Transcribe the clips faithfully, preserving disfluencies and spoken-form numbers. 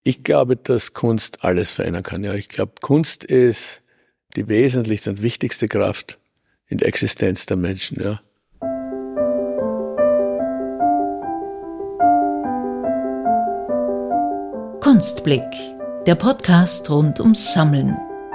Ich glaube, dass Kunst alles verändern kann. Ja, ich glaube, Kunst ist die wesentlichste und wichtigste Kraft in der Existenz der Menschen. Ja. Kunstblick, der Podcast rund ums Sammeln.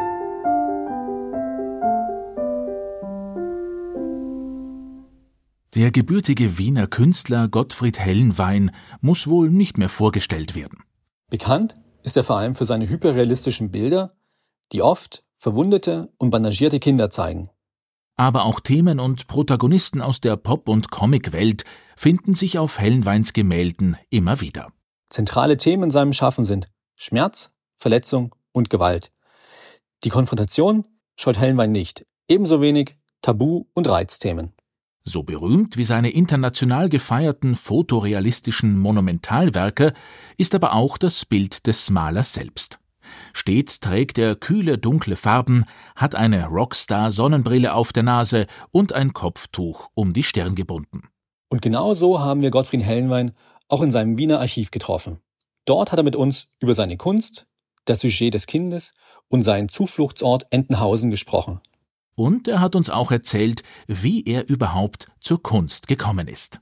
Der gebürtige Wiener Künstler Gottfried Helnwein muss wohl nicht mehr vorgestellt werden. Bekannt ist er vor allem für seine hyperrealistischen Bilder, die oft verwundete und bandagierte Kinder zeigen. Aber auch Themen und Protagonisten aus der Pop- und Comicwelt finden sich auf Helnweins Gemälden immer wieder. Zentrale Themen in seinem Schaffen sind Schmerz, Verletzung und Gewalt. Die Konfrontation scheut Helnwein nicht, ebenso wenig Tabu- und Reizthemen. So berühmt wie seine international gefeierten fotorealistischen Monumentalwerke ist aber auch das Bild des Malers selbst. Stets trägt er kühle, dunkle Farben, hat eine Rockstar-Sonnenbrille auf der Nase und ein Kopftuch um die Stirn gebunden. Und genau so haben wir Gottfried Helnwein auch in seinem Wiener Archiv getroffen. Dort hat er mit uns über seine Kunst, das Sujet des Kindes und seinen Zufluchtsort Entenhausen gesprochen. Und er hat uns auch erzählt, wie er überhaupt zur Kunst gekommen ist.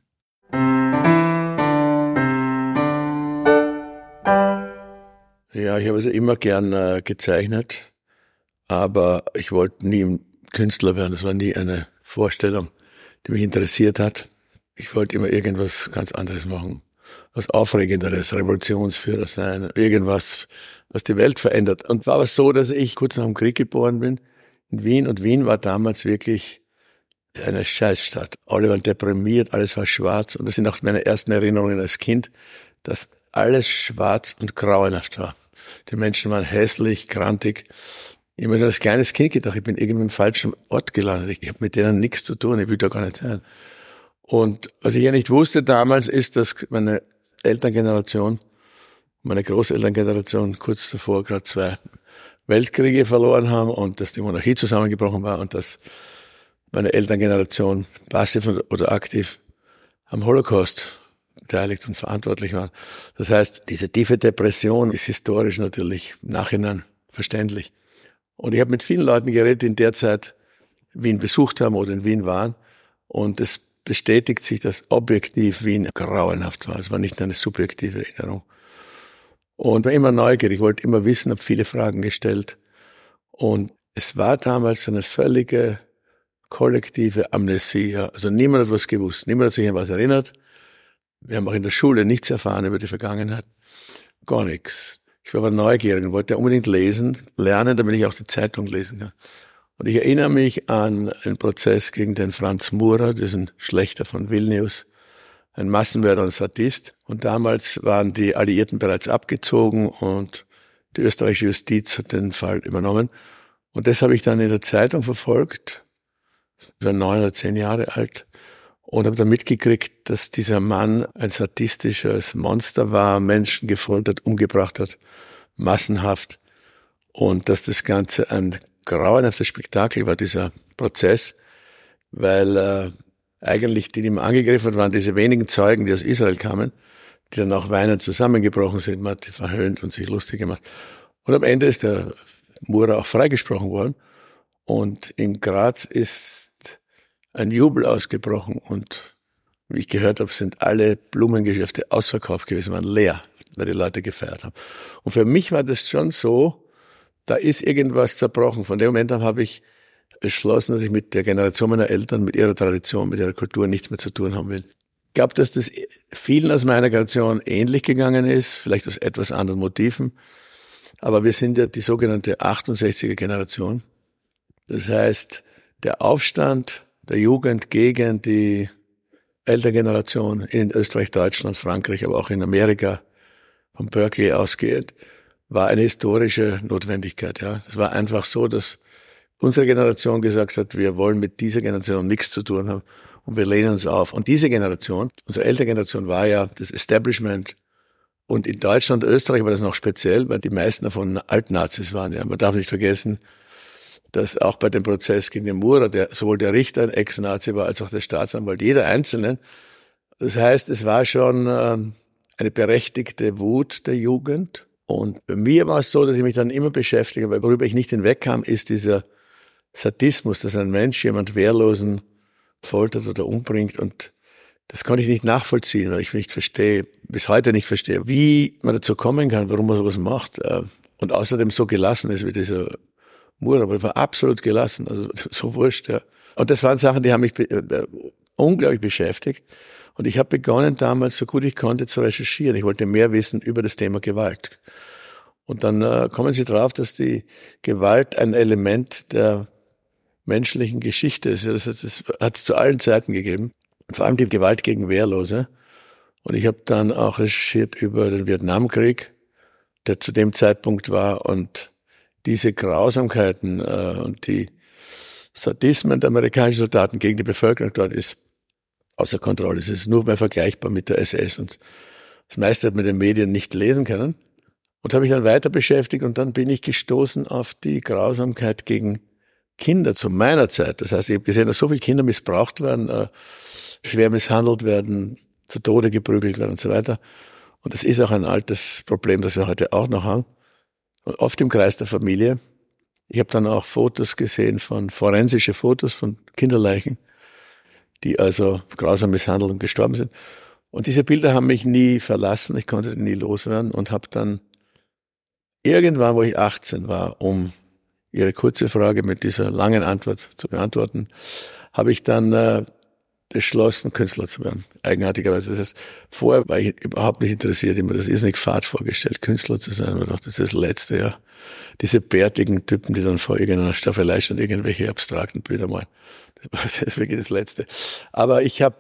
Ja, ich habe also immer gern äh, gezeichnet, aber ich wollte nie Künstler werden. Das war nie eine Vorstellung, die mich interessiert hat. Ich wollte immer irgendwas ganz anderes machen, was Aufregenderes, Revolutionsführer sein, irgendwas, was die Welt verändert. Und war aber so, dass ich kurz nach dem Krieg geboren bin, in Wien, und Wien war damals wirklich eine Scheißstadt. Alle waren deprimiert, alles war schwarz, und das sind auch meine ersten Erinnerungen als Kind, dass alles schwarz und grauenhaft war. Die Menschen waren hässlich, krantig. Ich habe mir als kleines Kind gedacht, ich bin irgendwie im falschen Ort gelandet. Ich habe mit denen nichts zu tun, ich will da gar nicht sein. Und was ich ja nicht wusste damals ist, dass meine Elterngeneration, meine Großelterngeneration kurz davor gerade zwei Weltkriege verloren haben und dass die Monarchie zusammengebrochen war und dass meine Elterngeneration passiv oder aktiv am Holocaust beteiligt und verantwortlich waren. Das heißt, diese tiefe Depression ist historisch natürlich im Nachhinein verständlich. Und ich habe mit vielen Leuten geredet, die in der Zeit Wien besucht haben oder in Wien waren, und es bestätigt sich, dass objektiv Wien grauenhaft war. Es war nicht eine subjektive Erinnerung. Und war immer neugierig, ich wollte immer wissen, habe viele Fragen gestellt. Und es war damals eine völlige kollektive Amnesie. Also niemand hat was gewusst, niemand hat sich an was erinnert. Wir haben auch in der Schule nichts erfahren über die Vergangenheit. Gar nichts. Ich war aber neugierig und wollte unbedingt lesen, lernen, damit ich auch die Zeitung lesen kann. Und ich erinnere mich an einen Prozess gegen den Franz Murer, diesen Schlächter von Vilnius, ein Massenmörder und Sadist. Und damals waren die Alliierten bereits abgezogen und die österreichische Justiz hat den Fall übernommen. Und das habe ich dann in der Zeitung verfolgt. Ich war neun oder zehn Jahre alt und habe dann mitgekriegt, dass dieser Mann ein sadistisches Monster war, Menschen gefoltert, umgebracht hat, massenhaft. Und dass das Ganze ein grauenhaftes Spektakel war, dieser Prozess, weil äh, eigentlich die, die ihm angegriffen hat, waren diese wenigen Zeugen, die aus Israel kamen, die dann auch weinend zusammengebrochen sind. Man hat die verhöhnt und sich lustig gemacht. Und am Ende ist der Murer auch freigesprochen worden. Und in Graz ist ein Jubel ausgebrochen. Und wie ich gehört habe, sind alle Blumengeschäfte ausverkauft gewesen, waren leer, weil die Leute gefeiert haben. Und für mich war das schon so, da ist irgendwas zerbrochen. Von dem Moment an habe ich beschlossen, dass ich mit der Generation meiner Eltern, mit ihrer Tradition, mit ihrer Kultur nichts mehr zu tun haben will. Ich glaube, dass das vielen aus meiner Generation ähnlich gegangen ist, vielleicht aus etwas anderen Motiven. Aber wir sind ja die sogenannte achtundsechziger Generation. Das heißt, der Aufstand der Jugend gegen die Elterngeneration in Österreich, Deutschland, Frankreich, aber auch in Amerika, von Berkeley ausgehend, war eine historische Notwendigkeit. Ja, es war einfach so, dass unsere Generation gesagt hat, wir wollen mit dieser Generation nichts zu tun haben und wir lehnen uns auf. Und diese Generation, unsere Elterngeneration, war ja das Establishment. Und in Deutschland und Österreich war das noch speziell, weil die meisten davon Altnazis waren. Ja, man darf nicht vergessen, dass auch bei dem Prozess gegen den Murer, der sowohl der Richter ein Ex-Nazi war als auch der Staatsanwalt, jeder Einzelne. Das heißt, es war schon ähm, eine berechtigte Wut der Jugend. Und bei mir war es so, dass ich mich dann immer beschäftige, weil worüber ich nicht hinwegkam, ist dieser Sadismus, dass ein Mensch jemand Wehrlosen foltert oder umbringt. Und das konnte ich nicht nachvollziehen, weil ich nicht verstehe, bis heute nicht verstehe, wie man dazu kommen kann, warum man sowas macht. Und außerdem so gelassen ist wie dieser Mur, aber er war absolut gelassen, also so wurscht, ja. Und das waren Sachen, die haben mich äh, unglaublich beschäftigt. Und ich habe begonnen damals, so gut ich konnte, zu recherchieren. Ich wollte mehr wissen über das Thema Gewalt. Und dann äh, kommen Sie drauf, dass die Gewalt ein Element der menschlichen Geschichte ist. Ja, das, das hat es zu allen Zeiten gegeben. Vor allem die Gewalt gegen Wehrlose. Und ich habe dann auch recherchiert über den Vietnamkrieg, der zu dem Zeitpunkt war, und diese Grausamkeiten äh, und die Sadismen der amerikanischen Soldaten gegen die Bevölkerung dort ist außer Kontrolle. Es ist nur mehr vergleichbar mit der S S. Und das meiste hat man in den Medien nicht lesen können. Und habe mich dann weiter beschäftigt, und dann bin ich gestoßen auf die Grausamkeit gegen Kinder zu meiner Zeit. Das heißt, ich habe gesehen, dass so viele Kinder missbraucht werden, äh, schwer misshandelt werden, zu Tode geprügelt werden und so weiter. Und das ist auch ein altes Problem, das wir heute auch noch haben. Und oft im Kreis der Familie. Ich habe dann auch Fotos gesehen von, forensische Fotos von Kinderleichen, die also grausam misshandelt und gestorben sind. Und diese Bilder haben mich nie verlassen, ich konnte die nie loswerden, und habe dann irgendwann, wo ich achtzehn war, um Ihre kurze Frage mit dieser langen Antwort zu beantworten, habe ich dann äh, beschlossen, Künstler zu werden. Eigenartigerweise. Das heißt, vorher war ich überhaupt nicht interessiert, immer das irrsinnig fad vorgestellt, Künstler zu sein. Ich dachte, das ist das Letzte, ja. Diese bärtigen Typen, die dann vor irgendeiner Staffelei schon irgendwelche abstrakten Bilder malen. Das ist wirklich das Letzte. Aber ich habe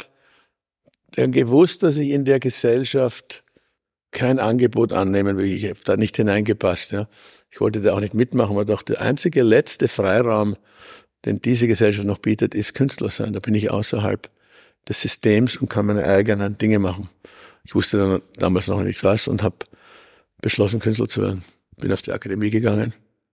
dann gewusst, dass ich in der Gesellschaft kein Angebot annehmen will. Ich habe da nicht hineingepasst, ja. Ich wollte da auch nicht mitmachen, aber doch der einzige letzte Freiraum, den diese Gesellschaft noch bietet, ist Künstler sein. Da bin ich außerhalb des Systems und kann meine eigenen Dinge machen. Ich wusste dann damals noch nicht was und habe beschlossen, Künstler zu werden. Bin auf die Akademie gegangen.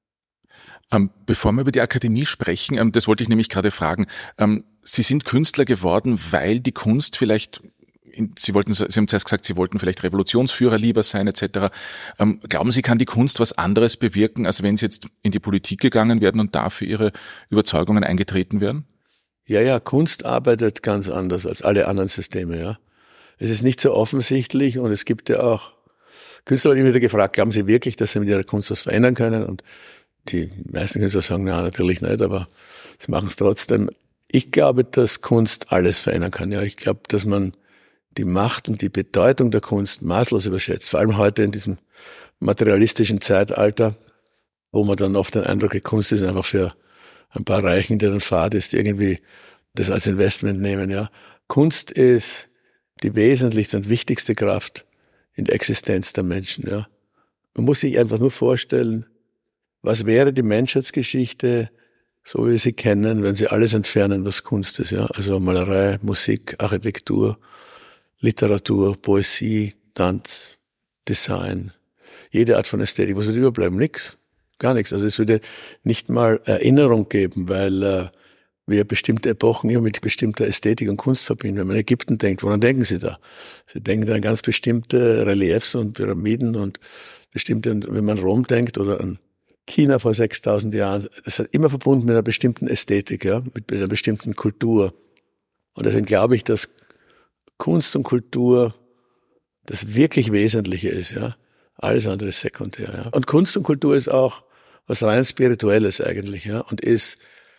Ähm, bevor wir über die Akademie sprechen, ähm, das wollte ich nämlich gerade fragen. Ähm, Sie sind Künstler geworden, weil die Kunst vielleicht, Sie wollten, Sie haben zuerst gesagt, Sie wollten vielleicht Revolutionsführer lieber sein et cetera. Ähm, glauben Sie, kann die Kunst was anderes bewirken, als wenn Sie jetzt in die Politik gegangen werden und dafür Ihre Überzeugungen eingetreten wären? Ja, ja, Kunst arbeitet ganz anders als alle anderen Systeme, ja. Es ist nicht so offensichtlich, und es gibt ja auch Künstler, die mich wieder gefragt, glauben Sie wirklich, dass Sie mit Ihrer Kunst was verändern können? Und die meisten Künstler sagen, na, natürlich nicht, aber sie machen es trotzdem. Ich glaube, dass Kunst alles verändern kann, ja. Ich glaube, dass man die Macht und die Bedeutung der Kunst maßlos überschätzt. Vor allem heute in diesem materialistischen Zeitalter, wo man dann oft den Eindruck hat, Kunst ist einfach für ein paar Reichen, deren Fahrt ist, irgendwie das als Investment nehmen, ja. Kunst ist die wesentlichste und wichtigste Kraft in der Existenz der Menschen, ja. Man muss sich einfach nur vorstellen, was wäre die Menschheitsgeschichte, so wie wir sie kennen, wenn sie alles entfernen, was Kunst ist, ja. Also Malerei, Musik, Architektur, Literatur, Poesie, Tanz, Design, jede Art von Ästhetik. Was würde überbleiben? Nix. Gar nichts. Also es würde nicht mal Erinnerung geben, weil äh, wir bestimmte Epochen immer mit bestimmter Ästhetik und Kunst verbinden. Wenn man an Ägypten denkt, woran denken Sie da? Sie denken an ganz bestimmte Reliefs und Pyramiden und bestimmte, und wenn man an Rom denkt oder an China vor sechstausend Jahren, das hat immer verbunden mit einer bestimmten Ästhetik, ja, mit einer bestimmten Kultur. Und deswegen glaube ich, dass Kunst und Kultur das wirklich Wesentliche ist, ja. Alles andere ist sekundär, ja. Und Kunst und Kultur ist auch was rein Spirituelles eigentlich, ja. Und ist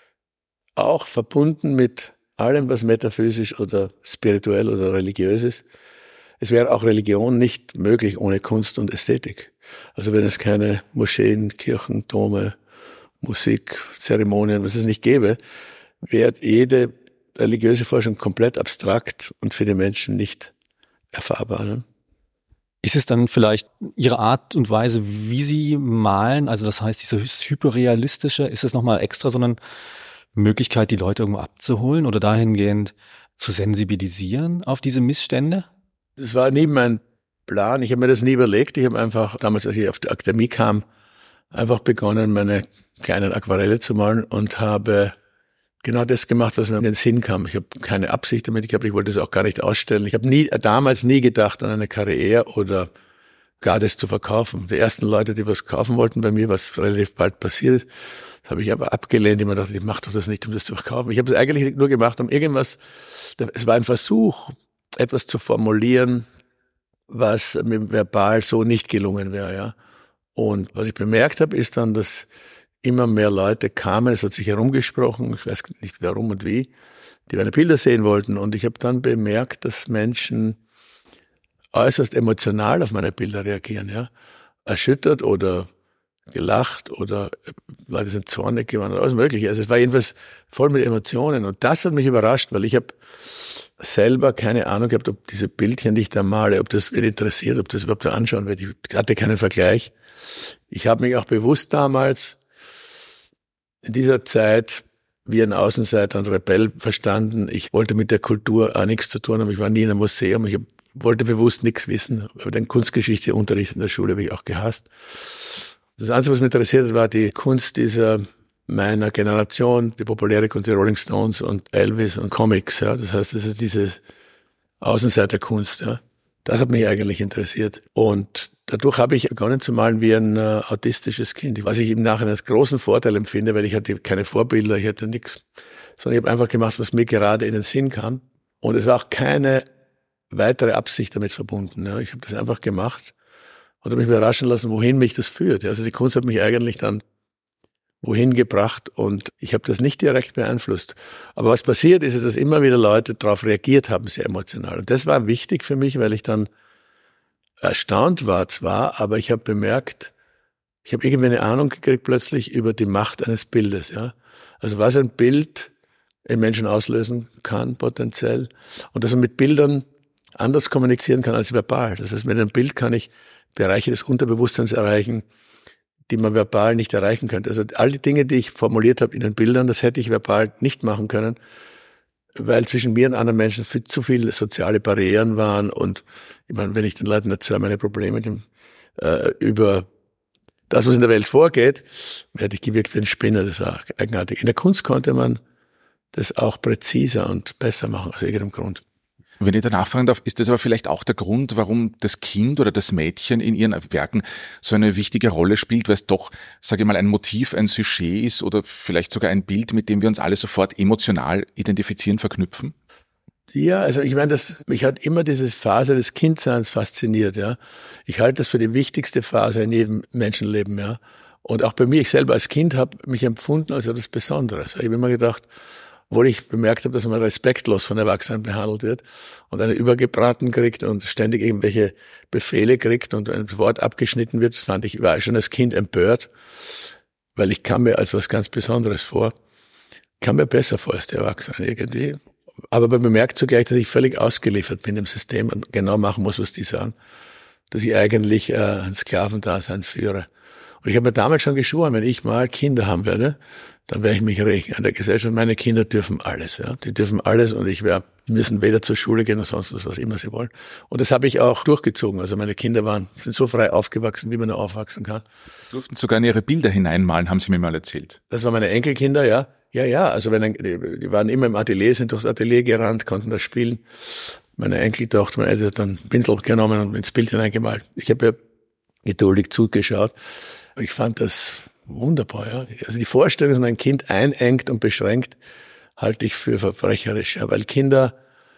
auch verbunden mit allem, was metaphysisch oder spirituell oder religiös ist. Es wäre auch Religion nicht möglich ohne Kunst und Ästhetik. Also wenn es keine Moscheen, Kirchen, Dome, Musik, Zeremonien, was es nicht gäbe, wäre jede religiöse Forschung komplett abstrakt und für die Menschen nicht erfahrbar. Ne? Ist es dann vielleicht Ihre Art und Weise, wie Sie malen, also das heißt, dieses Hyperrealistische, ist es nochmal extra so eine Möglichkeit, die Leute irgendwo abzuholen oder dahingehend zu sensibilisieren auf diese Missstände? Das war nie mein Plan. Ich habe mir das nie überlegt. Ich habe einfach, damals, als ich auf die Akademie kam, einfach begonnen, meine kleinen Aquarelle zu malen und habe genau das gemacht, was mir in den Sinn kam. Ich habe keine Absicht damit gehabt, ich wollte es auch gar nicht ausstellen. Ich habe nie, damals nie gedacht an eine Karriere oder gar das zu verkaufen. Die ersten Leute, die was kaufen wollten bei mir, was relativ bald passiert ist, das habe ich aber abgelehnt. Ich mir dachte, ich mache doch das nicht, um das zu verkaufen. Ich habe es eigentlich nur gemacht, um irgendwas, es war ein Versuch, etwas zu formulieren, was mir verbal so nicht gelungen wäre, ja. Und was ich bemerkt habe, ist dann, dass immer mehr Leute kamen, es hat sich herumgesprochen, ich weiß nicht warum und wie, die meine Bilder sehen wollten. Und ich habe dann bemerkt, dass Menschen äußerst emotional auf meine Bilder reagieren, ja. Erschüttert oder gelacht oder Leute sind zornig geworden, alles Mögliche. Also es war jedenfalls voll mit Emotionen. Und das hat mich überrascht, weil ich habe selber keine Ahnung gehabt, ob diese Bildchen, die ich da male, ob das wen interessiert, ob das überhaupt anschauen wird. Ich hatte keinen Vergleich. Ich habe mich auch bewusst damals in dieser Zeit wie ein Außenseiter und Rebell verstanden. Ich wollte mit der Kultur auch nichts zu tun haben. Ich war nie in einem Museum. Ich wollte bewusst nichts wissen. Aber den Kunstgeschichteunterricht in der Schule habe ich auch gehasst. Das Einzige, was mich interessiert hat, war die Kunst dieser meiner Generation, die populäre Kunst, die Rolling Stones und Elvis und Comics. Ja. Das heißt, das ist diese Außenseiterkunst. Ja. Das hat mich eigentlich interessiert. Und dadurch habe ich begonnen zu malen wie ein äh, autistisches Kind. Was ich im Nachhinein als großen Vorteil empfinde, weil ich hatte keine Vorbilder, ich hatte nichts, sondern ich habe einfach gemacht, was mir gerade in den Sinn kam. Und es war auch keine weitere Absicht damit verbunden. Ja. Ich habe das einfach gemacht und habe mich überraschen lassen, wohin mich das führt. Also die Kunst hat mich eigentlich dann wohin gebracht und ich habe das nicht direkt beeinflusst. Aber was passiert ist, ist, dass immer wieder Leute darauf reagiert haben, sehr emotional. Und das war wichtig für mich, weil ich dann erstaunt war zwar, aber ich habe bemerkt, ich habe irgendwie eine Ahnung gekriegt plötzlich über die Macht eines Bildes. Ja, also was ein Bild im Menschen auslösen kann potenziell und dass man mit Bildern anders kommunizieren kann als verbal. Das heißt, mit einem Bild kann ich Bereiche des Unterbewusstseins erreichen, die man verbal nicht erreichen könnte. Also all die Dinge, die ich formuliert habe in den Bildern, das hätte ich verbal nicht machen können, weil zwischen mir und anderen Menschen viel zu viele soziale Barrieren waren. Und ich meine, wenn ich den Leuten erzähle, meine Probleme dem, äh, über das, was in der Welt vorgeht, werde ich gewirkt wie ein Spinner. Das war eigenartig. In der Kunst konnte man das auch präziser und besser machen, aus irgendeinem Grund. Wenn ich da nachfragen darf, ist das aber vielleicht auch der Grund, warum das Kind oder das Mädchen in ihren Werken so eine wichtige Rolle spielt, weil es doch, sage ich mal, ein Motiv, ein Sujet ist oder vielleicht sogar ein Bild, mit dem wir uns alle sofort emotional identifizieren, verknüpfen? Ja, also ich meine, das, mich hat immer diese Phase des Kindseins fasziniert, ja. Ich halte das für die wichtigste Phase in jedem Menschenleben, ja. Und auch bei mir, ich selber als Kind habe mich empfunden als etwas Besonderes. Ich habe immer gedacht, obwohl ich bemerkt habe, dass man respektlos von Erwachsenen behandelt wird und eine übergebraten kriegt und ständig irgendwelche Befehle kriegt und ein Wort abgeschnitten wird, das fand ich, war schon als Kind empört, weil ich kam mir als was ganz Besonderes vor. Ich kam mir besser vor als die Erwachsenen irgendwie. Aber man bemerkt zugleich, dass ich völlig ausgeliefert bin im System und genau machen muss, was die sagen. Dass ich eigentlich äh, ein Sklavendasein führe. Und ich habe mir damals schon geschworen, wenn ich mal Kinder haben werde, dann werde ich mich rächen an der Gesellschaft. Meine Kinder dürfen alles, ja. Die dürfen alles und ich werde, müssen weder zur Schule gehen noch sonst was, was immer sie wollen. Und das habe ich auch durchgezogen. Also meine Kinder waren, sind so frei aufgewachsen, wie man nur aufwachsen kann. Durften sogar in ihre Bilder hineinmalen, haben sie mir mal erzählt. Das waren meine Enkelkinder, ja. Ja, ja. Also wenn ein, die waren immer im Atelier, sind durchs Atelier gerannt, konnten das spielen. Meine Enkeltochter, meine Eltern hat dann Pinsel genommen und ins Bild hineingemalt. Ich habe ja geduldig zugeschaut. Ich fand das wunderbar, ja. Also die Vorstellung, dass man ein Kind einengt und beschränkt, halte ich für verbrecherisch, ja. Weil Kinder,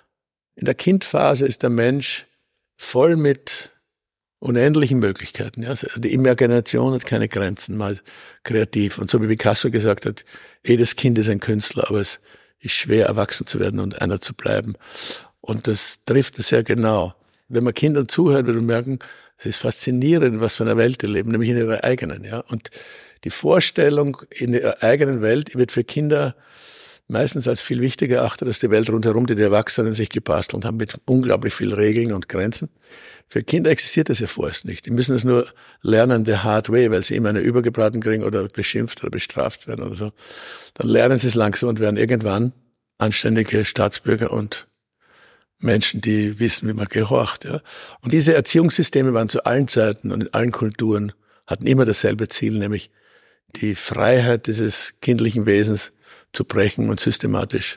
in der Kindphase ist der Mensch voll mit unendlichen Möglichkeiten, ja. Also die Imagination hat keine Grenzen, mal kreativ. Und so wie Picasso gesagt hat, jedes Kind ist ein Künstler, aber es ist schwer, erwachsen zu werden und einer zu bleiben. Und das trifft es sehr genau. Wenn man Kindern zuhört, wird man merken, es ist faszinierend, was für eine Welt die leben, nämlich in ihrer eigenen, ja. Und die Vorstellung in ihrer eigenen Welt wird für Kinder meistens als viel wichtiger erachtet als die Welt rundherum, die die Erwachsenen sich gebastelt haben mit unglaublich vielen Regeln und Grenzen. Für Kinder existiert das ja vorerst nicht. Die müssen es nur lernen the hard way, weil sie immer eine übergebraten kriegen oder beschimpft oder bestraft werden oder so. Dann lernen sie es langsam und werden irgendwann anständige Staatsbürger und Menschen, die wissen, wie man gehorcht. Ja. Und diese Erziehungssysteme waren zu allen Zeiten und in allen Kulturen, hatten immer dasselbe Ziel, nämlich die Freiheit dieses kindlichen Wesens zu brechen und systematisch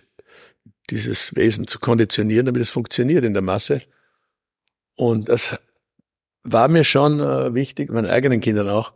dieses Wesen zu konditionieren, damit es funktioniert in der Masse. Und das war mir schon äh, wichtig, meinen eigenen Kindern auch,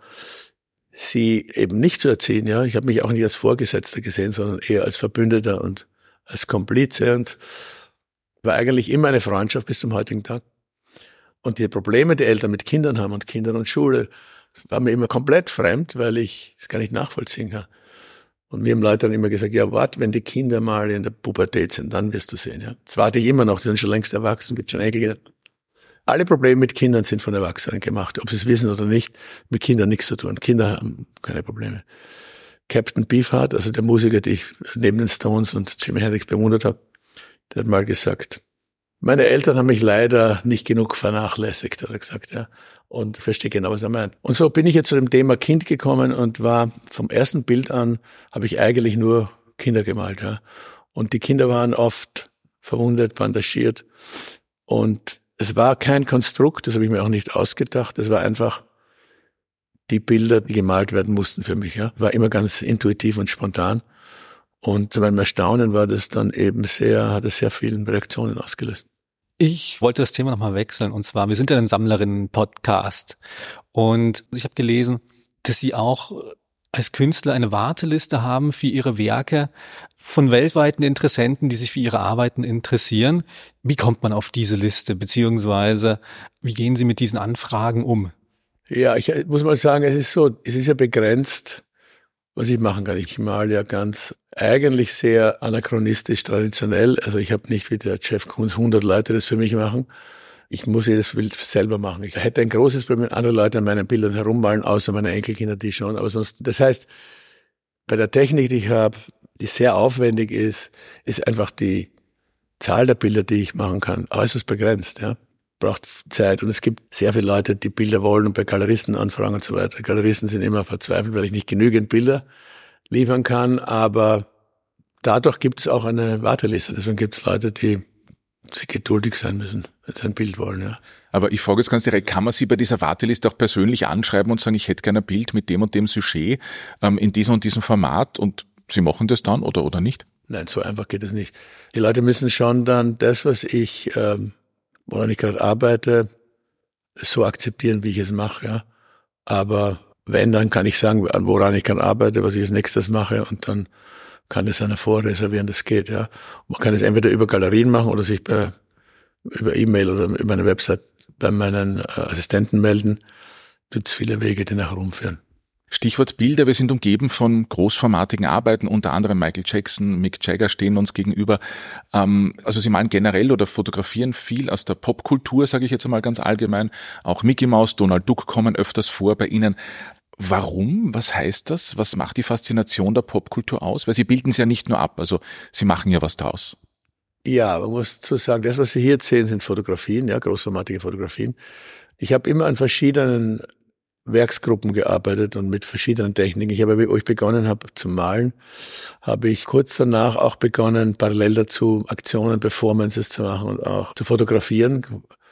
sie eben nicht zu erziehen. Ja, ich habe mich auch nicht als Vorgesetzter gesehen, sondern eher als Verbündeter und als Komplize, und war eigentlich immer eine Freundschaft bis zum heutigen Tag. Und die Probleme, die Eltern mit Kindern haben und Kindern und Schule, war mir immer komplett fremd, weil ich es gar nicht nachvollziehen kann. Und mir haben Leute dann immer gesagt, ja, warte, wenn die Kinder mal in der Pubertät sind, dann wirst du sehen. Ja, das warte ich immer noch, die sind schon längst erwachsen, gibt schon Enkelkinder. Alle Probleme mit Kindern sind von Erwachsenen gemacht, ob sie es wissen oder nicht, mit Kindern nichts zu tun. Kinder haben keine Probleme. Captain Beefheart, also der Musiker, den ich neben den Stones und Jimi Hendrix bewundert habe, der hat mal gesagt, meine Eltern haben mich leider nicht genug vernachlässigt, hat er gesagt, ja. Und ich verstehe genau, was er meint. Und so bin ich jetzt zu dem Thema Kind gekommen und war vom ersten Bild an, habe ich eigentlich nur Kinder gemalt, ja. Und die Kinder waren oft verwundet, bandagiert. Und es war kein Konstrukt, das habe ich mir auch nicht ausgedacht. Es war einfach die Bilder, die gemalt werden mussten für mich, ja. War immer ganz intuitiv und spontan. Und zu meinem Erstaunen war das dann eben sehr, hat es sehr vielen Reaktionen ausgelöst. Ich wollte das Thema nochmal wechseln, und zwar, wir sind ja ein Sammlerinnen-Podcast, und ich habe gelesen, dass Sie auch als Künstler eine Warteliste haben für Ihre Werke von weltweiten Interessenten, die sich für Ihre Arbeiten interessieren. Wie kommt man auf diese Liste, beziehungsweise wie gehen Sie mit diesen Anfragen um? Ja, ich muss mal sagen, es ist so, es ist ja begrenzt, was ich machen kann. Ich male ja ganz eigentlich sehr anachronistisch, traditionell. Also ich habe nicht wie der Jeff Koons hundert Leute das für mich machen. Ich muss jedes Bild selber machen. Ich hätte ein großes Problem, wenn andere Leute an meinen Bildern herummalen, außer meine Enkelkinder, die schon. Aber sonst, das heißt, bei der Technik, die ich habe, die sehr aufwendig ist, ist einfach die Zahl der Bilder, die ich machen kann, äußerst begrenzt, ja. Braucht Zeit. Und es gibt sehr viele Leute, die Bilder wollen und bei Galeristen anfragen und so weiter. Galeristen sind immer verzweifelt, weil ich nicht genügend Bilder liefern kann, aber dadurch gibt es auch eine Warteliste. Deswegen gibt es Leute, die sehr geduldig sein müssen, wenn sie ein Bild wollen, ja. Aber ich frage jetzt ganz direkt, kann man Sie bei dieser Warteliste auch persönlich anschreiben und sagen, ich hätte gerne ein Bild mit dem und dem Sujet ähm, in diesem und diesem Format, und Sie machen das dann oder oder nicht? Nein, so einfach geht es nicht. Die Leute müssen schon dann das, was ich, ähm, woran ich gerade arbeite, so akzeptieren, wie ich es mache, ja. Aber wenn, dann kann ich sagen, woran ich gerade arbeite, was ich als nächstes mache, und dann kann es einer vorreservieren, das geht, ja. Man kann es entweder über Galerien machen oder sich bei, über E-Mail oder über meine Website bei meinen Assistenten melden. Gibt es viele Wege, die nachher rumführen. Stichwort Bilder, wir sind umgeben von großformatigen Arbeiten, unter anderem Michael Jackson, Mick Jagger stehen uns gegenüber. Ähm, also Sie malen generell oder fotografieren viel aus der Popkultur, sage ich jetzt einmal ganz allgemein. Auch Mickey Mouse, Donald Duck kommen öfters vor bei Ihnen. Warum? Was heißt das? Was macht die Faszination der Popkultur aus? Weil Sie bilden es ja nicht nur ab, also Sie machen ja was draus. Ja, man muss dazu sagen, das, was Sie hier sehen, sind Fotografien, ja, großformatige Fotografien. Ich habe immer an verschiedenen Werksgruppen gearbeitet und mit verschiedenen Techniken. Ich habe, wo ich begonnen habe zu malen, habe ich kurz danach auch begonnen, parallel dazu Aktionen, Performances zu machen und auch zu fotografieren.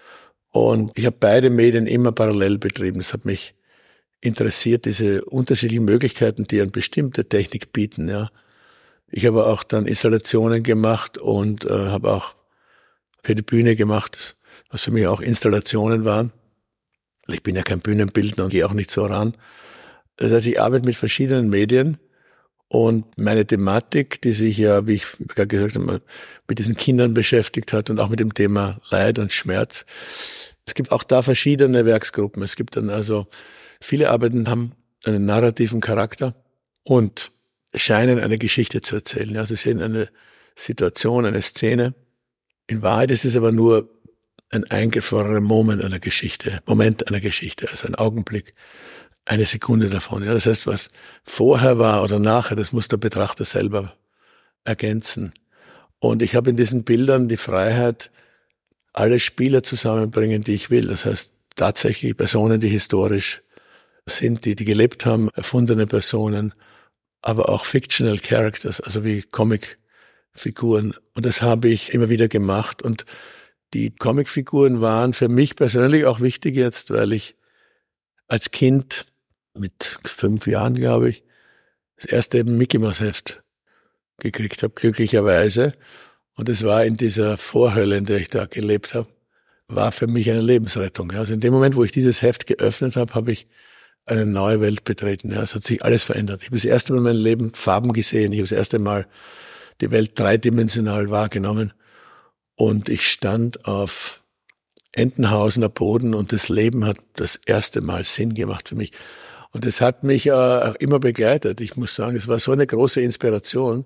Und ich habe beide Medien immer parallel betrieben. Das hat mich interessiert, diese unterschiedlichen Möglichkeiten, die eine bestimmte Technik bieten, ja. Ich habe auch dann Installationen gemacht und äh, habe auch für die Bühne gemacht, was für mich auch Installationen waren. Ich bin ja kein Bühnenbildner und gehe auch nicht so ran. Das heißt, ich arbeite mit verschiedenen Medien, und meine Thematik, die sich ja, wie ich gerade gesagt habe, mit diesen Kindern beschäftigt hat und auch mit dem Thema Leid und Schmerz. Es gibt auch da verschiedene Werksgruppen. Es gibt dann also, viele Arbeiten haben einen narrativen Charakter und scheinen eine Geschichte zu erzählen. Ja, sie sehen eine Situation, eine Szene. In Wahrheit ist es aber nur ein eingefrorener Moment einer Geschichte, Moment einer Geschichte, also ein Augenblick, eine Sekunde davon. Ja, das heißt, was vorher war oder nachher, das muss der Betrachter selber ergänzen. Und ich habe in diesen Bildern die Freiheit, alle Spieler zusammenbringen, die ich will. Das heißt, tatsächlich Personen, die historisch sind, die, die gelebt haben, erfundene Personen, aber auch fictional characters, also wie Comicfiguren. Und das habe ich immer wieder gemacht. Und die Comicfiguren waren für mich persönlich auch wichtig jetzt, weil ich als Kind mit fünf Jahren, glaube ich, das erste eben Mickey Mouse Heft gekriegt habe, glücklicherweise. Und es war in dieser Vorhölle, in der ich da gelebt habe. war für mich eine Lebensrettung. Also in dem Moment, wo ich dieses Heft geöffnet habe, habe ich eine neue Welt betreten. Ja, es hat sich alles verändert. Ich habe das erste Mal in meinem Leben Farben gesehen. Ich habe das erste Mal die Welt dreidimensional wahrgenommen. Und ich stand auf Entenhausener Boden und das Leben hat das erste Mal Sinn gemacht für mich. Und das hat mich äh, auch immer begleitet. Ich muss sagen, es war so eine große Inspiration,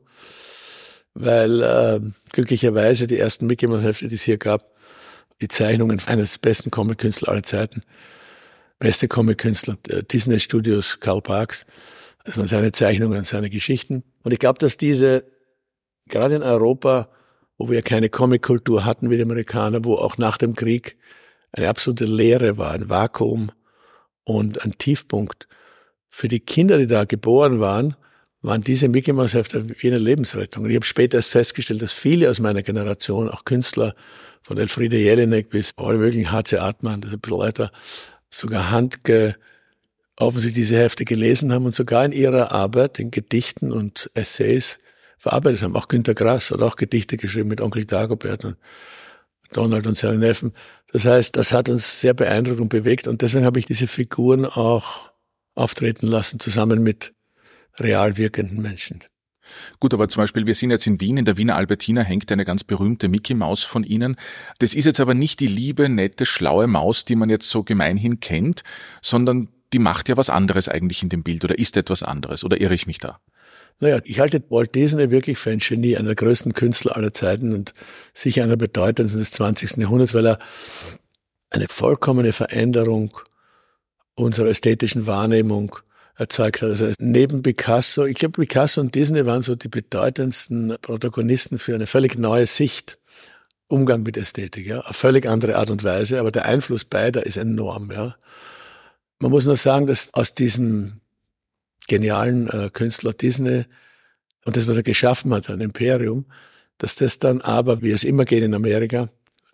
weil äh, glücklicherweise die ersten Mickey Mouse Hefte, die es hier gab, die Zeichnungen eines besten Comic-Künstler aller Zeiten, beste Comic-Künstler, Disney Studios, Carl Parks, das waren seine Zeichnungen, seine Geschichten. Und ich glaube, dass diese, gerade in Europa, wo wir keine Comic-Kultur hatten wie die Amerikaner, wo auch nach dem Krieg eine absolute Leere war, ein Vakuum und ein Tiefpunkt. Für die Kinder, die da geboren waren, waren diese Mickey Mouse Hefte wie eine Lebensrettung. Und ich habe später erst festgestellt, dass viele aus meiner Generation, auch Künstler, von Elfriede Jelinek bis alle möglichen H C Artmann, das ist ein bisschen älter, sogar handge, offensichtlich diese Hefte gelesen haben und sogar in ihrer Arbeit, in Gedichten und Essays verarbeitet haben. Auch Günter Grass hat auch Gedichte geschrieben mit Onkel Dagobert und Donald und seinen Neffen. Das heißt, das hat uns sehr beeindruckt und bewegt und deswegen habe ich diese Figuren auch auftreten lassen, zusammen mit real wirkenden Menschen. Gut, aber zum Beispiel, wir sind jetzt in Wien, in der Wiener Albertina hängt eine ganz berühmte Mickey Maus von Ihnen. Das ist jetzt aber nicht die liebe, nette, schlaue Maus, die man jetzt so gemeinhin kennt, sondern die macht ja was anderes eigentlich in dem Bild oder ist etwas anderes, oder irre ich mich da? Naja, ich halte Walt Disney wirklich für ein Genie, einer der größten Künstler aller Zeiten und sicher einer der bedeutendsten des zwanzigsten Jahrhunderts, weil er eine vollkommene Veränderung unserer ästhetischen Wahrnehmung erzeugt hat. Also neben Picasso, ich glaube Picasso und Disney waren so die bedeutendsten Protagonisten für eine völlig neue Sicht, Umgang mit Ästhetik, ja, auf völlig andere Art und Weise, aber der Einfluss beider ist enorm, ja. Man muss nur sagen, dass aus diesem genialen äh, Künstler Disney und das, was er geschaffen hat, ein Imperium, dass das dann aber, wie es immer geht in Amerika,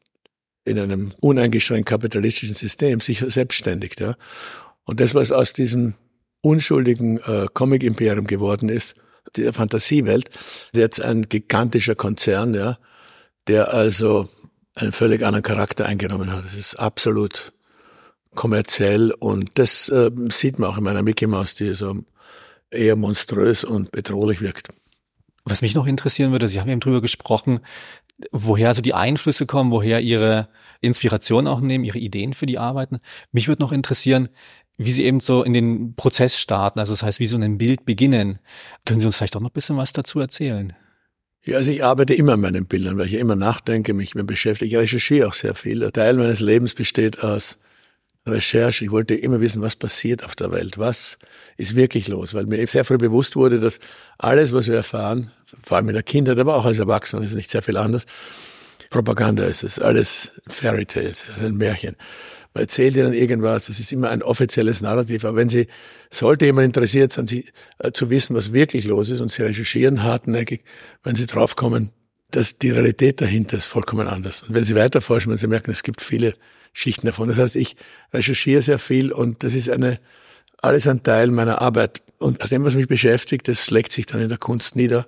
in einem uneingeschränkt kapitalistischen System sich selbstständigt, ja. Und das, was aus diesem unschuldigen äh, Comic-Imperium geworden ist, die Fantasiewelt, ist jetzt ein gigantischer Konzern, ja, der also einen völlig anderen Charakter eingenommen hat. Es ist absolut kommerziell und das äh, sieht man auch in meiner Mickey Mouse, die so eher monströs und bedrohlich wirkt. Was mich noch interessieren würde, Sie haben eben drüber gesprochen, woher also die Einflüsse kommen, woher Ihre Inspiration auch nehmen, Ihre Ideen für die Arbeiten. Mich würde noch interessieren, wie Sie eben so in den Prozess starten, also das heißt, wie so ein Bild beginnen. Können Sie uns vielleicht auch noch ein bisschen was dazu erzählen? Ja, also ich arbeite immer an meinen Bildern, weil ich ja immer nachdenke, mich mit beschäftige. Ich recherchiere auch sehr viel. Ein Teil meines Lebens besteht aus Recherche. Ich wollte immer wissen, was passiert auf der Welt, was ist wirklich los, weil mir sehr früh bewusst wurde, dass alles, was wir erfahren, vor allem in der Kindheit, aber auch als Erwachsener, ist nicht sehr viel anders, Propaganda ist es, alles Fairy Tales, also ein Märchen. Man erzählt ihnen irgendwas, das ist immer ein offizielles Narrativ, aber wenn Sie, sollte jemand interessiert sein, Sie äh, zu wissen, was wirklich los ist und Sie recherchieren hartnäckig, wenn Sie draufkommen, dass die Realität dahinter ist vollkommen anders. Und wenn Sie weiterforschen, wenn Sie merken, es gibt viele Schichten davon. Das heißt, ich recherchiere sehr viel und das ist eine, alles ein Teil meiner Arbeit. Und aus dem, was mich beschäftigt, das schlägt sich dann in der Kunst nieder.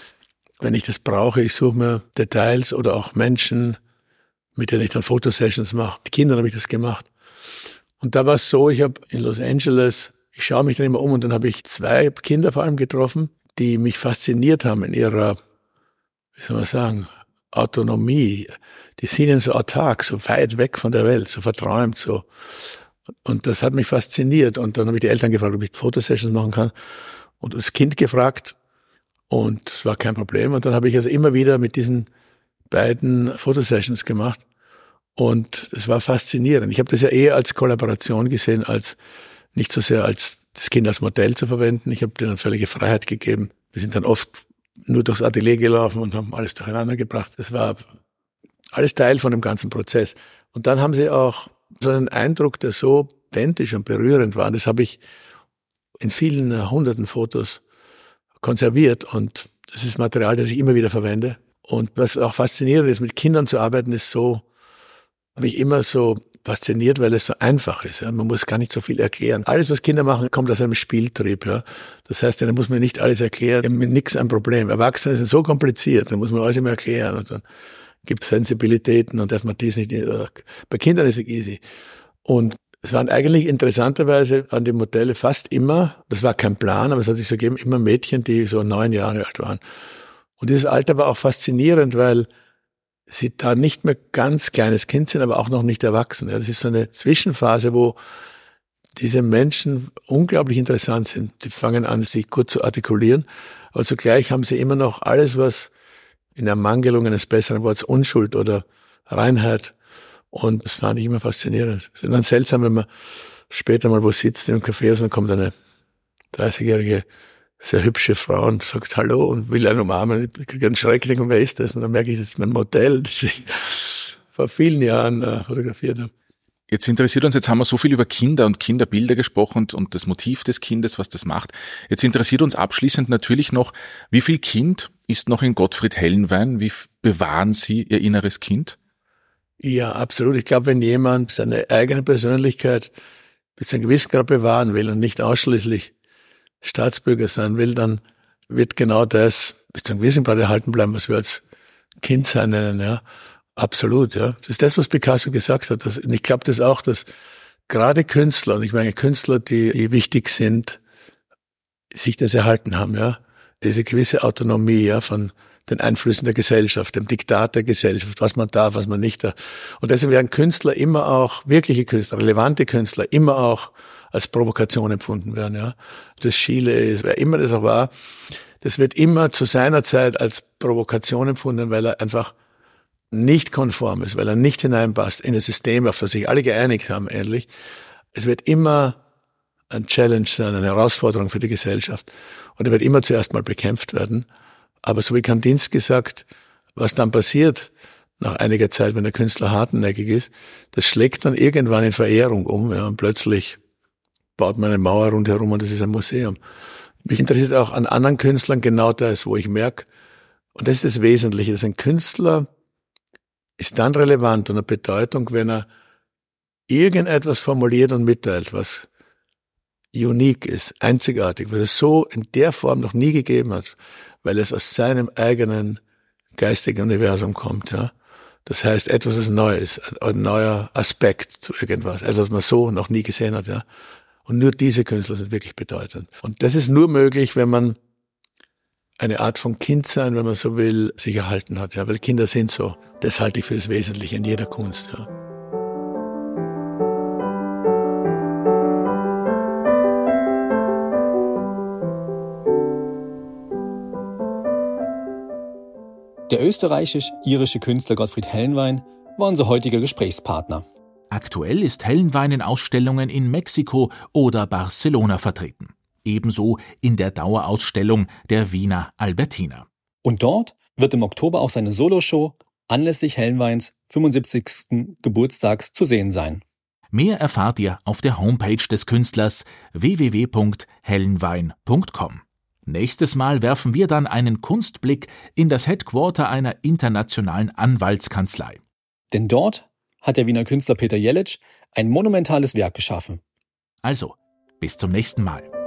Wenn ich das brauche, ich suche mir Details oder auch Menschen, mit denen ich dann Fotosessions mache. Mit Kindern habe ich das gemacht. Und da war es so, ich habe in Los Angeles, ich schaue mich dann immer um und dann habe ich zwei Kinder vor allem getroffen, die mich fasziniert haben in ihrer, wie soll man sagen, Autonomie. Die sind so autark, so weit weg von der Welt, so verträumt, so. Und das hat mich fasziniert. Und dann habe ich die Eltern gefragt, ob ich Fotosessions machen kann. Und das Kind gefragt. Und es war kein Problem. Und dann habe ich also immer wieder mit diesen beiden Fotosessions gemacht. Und es war faszinierend. Ich habe das ja eher als Kollaboration gesehen, als nicht so sehr als das Kind als Modell zu verwenden. Ich habe denen völlige Freiheit gegeben. Wir sind dann oft nur durchs Atelier gelaufen und haben alles durcheinander gebracht. Das war alles Teil von dem ganzen Prozess. Und dann haben sie auch so einen Eindruck, der so authentisch und berührend war. Das habe ich in vielen hunderten Fotos konserviert und das ist Material, das ich immer wieder verwende. Und was auch faszinierend ist, mit Kindern zu arbeiten, ist so, mich immer so fasziniert, weil es so einfach ist. Ja. Man muss gar nicht so viel erklären. Alles, was Kinder machen, kommt aus einem Spieltrieb. Ja. Das heißt, da muss man nicht alles erklären. Mit nichts ein Problem. Erwachsene sind so kompliziert, da muss man alles immer erklären. Und dann gibt Sensibilitäten und darf man dies nicht, bei Kindern ist es easy. Und es waren eigentlich interessanterweise an die Modelle fast immer, das war kein Plan, aber es hat sich so gegeben, immer Mädchen, die so neun Jahre alt waren. Und dieses Alter war auch faszinierend, weil sie da nicht mehr ganz kleines Kind sind, aber auch noch nicht erwachsen. Ja, das ist so eine Zwischenphase, wo diese Menschen unglaublich interessant sind. Die fangen an, sich gut zu artikulieren, aber zugleich haben sie immer noch alles, was in Ermangelung eines besseren Wortes Unschuld oder Reinheit. Und das fand ich immer faszinierend. Es ist dann seltsam, wenn man später mal wo sitzt im Café und dann kommt eine dreißigjährige, sehr hübsche Frau und sagt Hallo und will einen umarmen. Ich kriege einen Schreckling und wer ist das? Und dann merke ich, das ist mein Modell, das ich vor vielen Jahren äh, fotografiert habe. Jetzt interessiert uns, jetzt haben wir so viel über Kinder und Kinderbilder gesprochen und, und das Motiv des Kindes, was das macht. Jetzt interessiert uns abschließend natürlich noch, wie viel Kind ist noch in Gottfried Helnwein? Wie bewahren Sie Ihr inneres Kind? Ja, absolut. Ich glaube, wenn jemand seine eigene Persönlichkeit bis zu einem gewissen Grad bewahren will und nicht ausschließlich Staatsbürger sein will, dann wird genau das bis zu einem gewissen Grad erhalten bleiben, was wir als Kind sein nennen, ja. Absolut, ja. Das ist das, was Picasso gesagt hat. Das, und ich glaube das auch, dass gerade Künstler, und ich meine Künstler, die, die wichtig sind, sich das erhalten haben, ja. Diese gewisse Autonomie, ja, von den Einflüssen der Gesellschaft, dem Diktat der Gesellschaft, was man darf, was man nicht darf. Und deshalb werden Künstler immer auch, wirkliche Künstler, relevante Künstler, immer auch als Provokation empfunden werden, ja. Das Chile ist, wer immer das auch war, das wird immer zu seiner Zeit als Provokation empfunden, weil er einfach nicht konform ist, weil er nicht hineinpasst in das System, auf das sich alle geeinigt haben, ähnlich. Es wird immer ein Challenge sein, eine Herausforderung für die Gesellschaft. Und er wird immer zuerst mal bekämpft werden. Aber so wie Kandinsky sagt, was dann passiert nach einiger Zeit, wenn der Künstler hartnäckig ist, das schlägt dann irgendwann in Verehrung um, ja, und plötzlich baut man eine Mauer rundherum und das ist ein Museum. Mich interessiert auch an anderen Künstlern genau das, wo ich merke, und das ist das Wesentliche, dass ein Künstler ist dann relevant und eine Bedeutung, wenn er irgendetwas formuliert und mitteilt, was unique ist, einzigartig, was es so in der Form noch nie gegeben hat, weil es aus seinem eigenen geistigen Universum kommt, ja. Das heißt, etwas, das neu ist, ein neuer Aspekt zu irgendwas, etwas, was man so noch nie gesehen hat, ja. Und nur diese Künstler sind wirklich bedeutend. Und das ist nur möglich, wenn man eine Art von Kindsein, wenn man so will, sich erhalten hat, ja, weil Kinder sind so. Das halte ich für das Wesentliche in jeder Kunst, ja. Der österreichisch-irische Künstler Gottfried Helnwein war unser heutiger Gesprächspartner. Aktuell ist Helnwein in Ausstellungen in Mexiko oder Barcelona vertreten. Ebenso in der Dauerausstellung der Wiener Albertina. Und dort wird im Oktober auch seine Soloshow anlässlich Helnweins fünfundsiebzigsten Geburtstags zu sehen sein. Mehr erfahrt ihr auf der Homepage des Künstlers w w w punkt helnwein punkt com. Nächstes Mal werfen wir dann einen Kunstblick in das Headquarter einer internationalen Anwaltskanzlei. Denn dort hat der Wiener Künstler Peter Jelic ein monumentales Werk geschaffen. Also, bis zum nächsten Mal.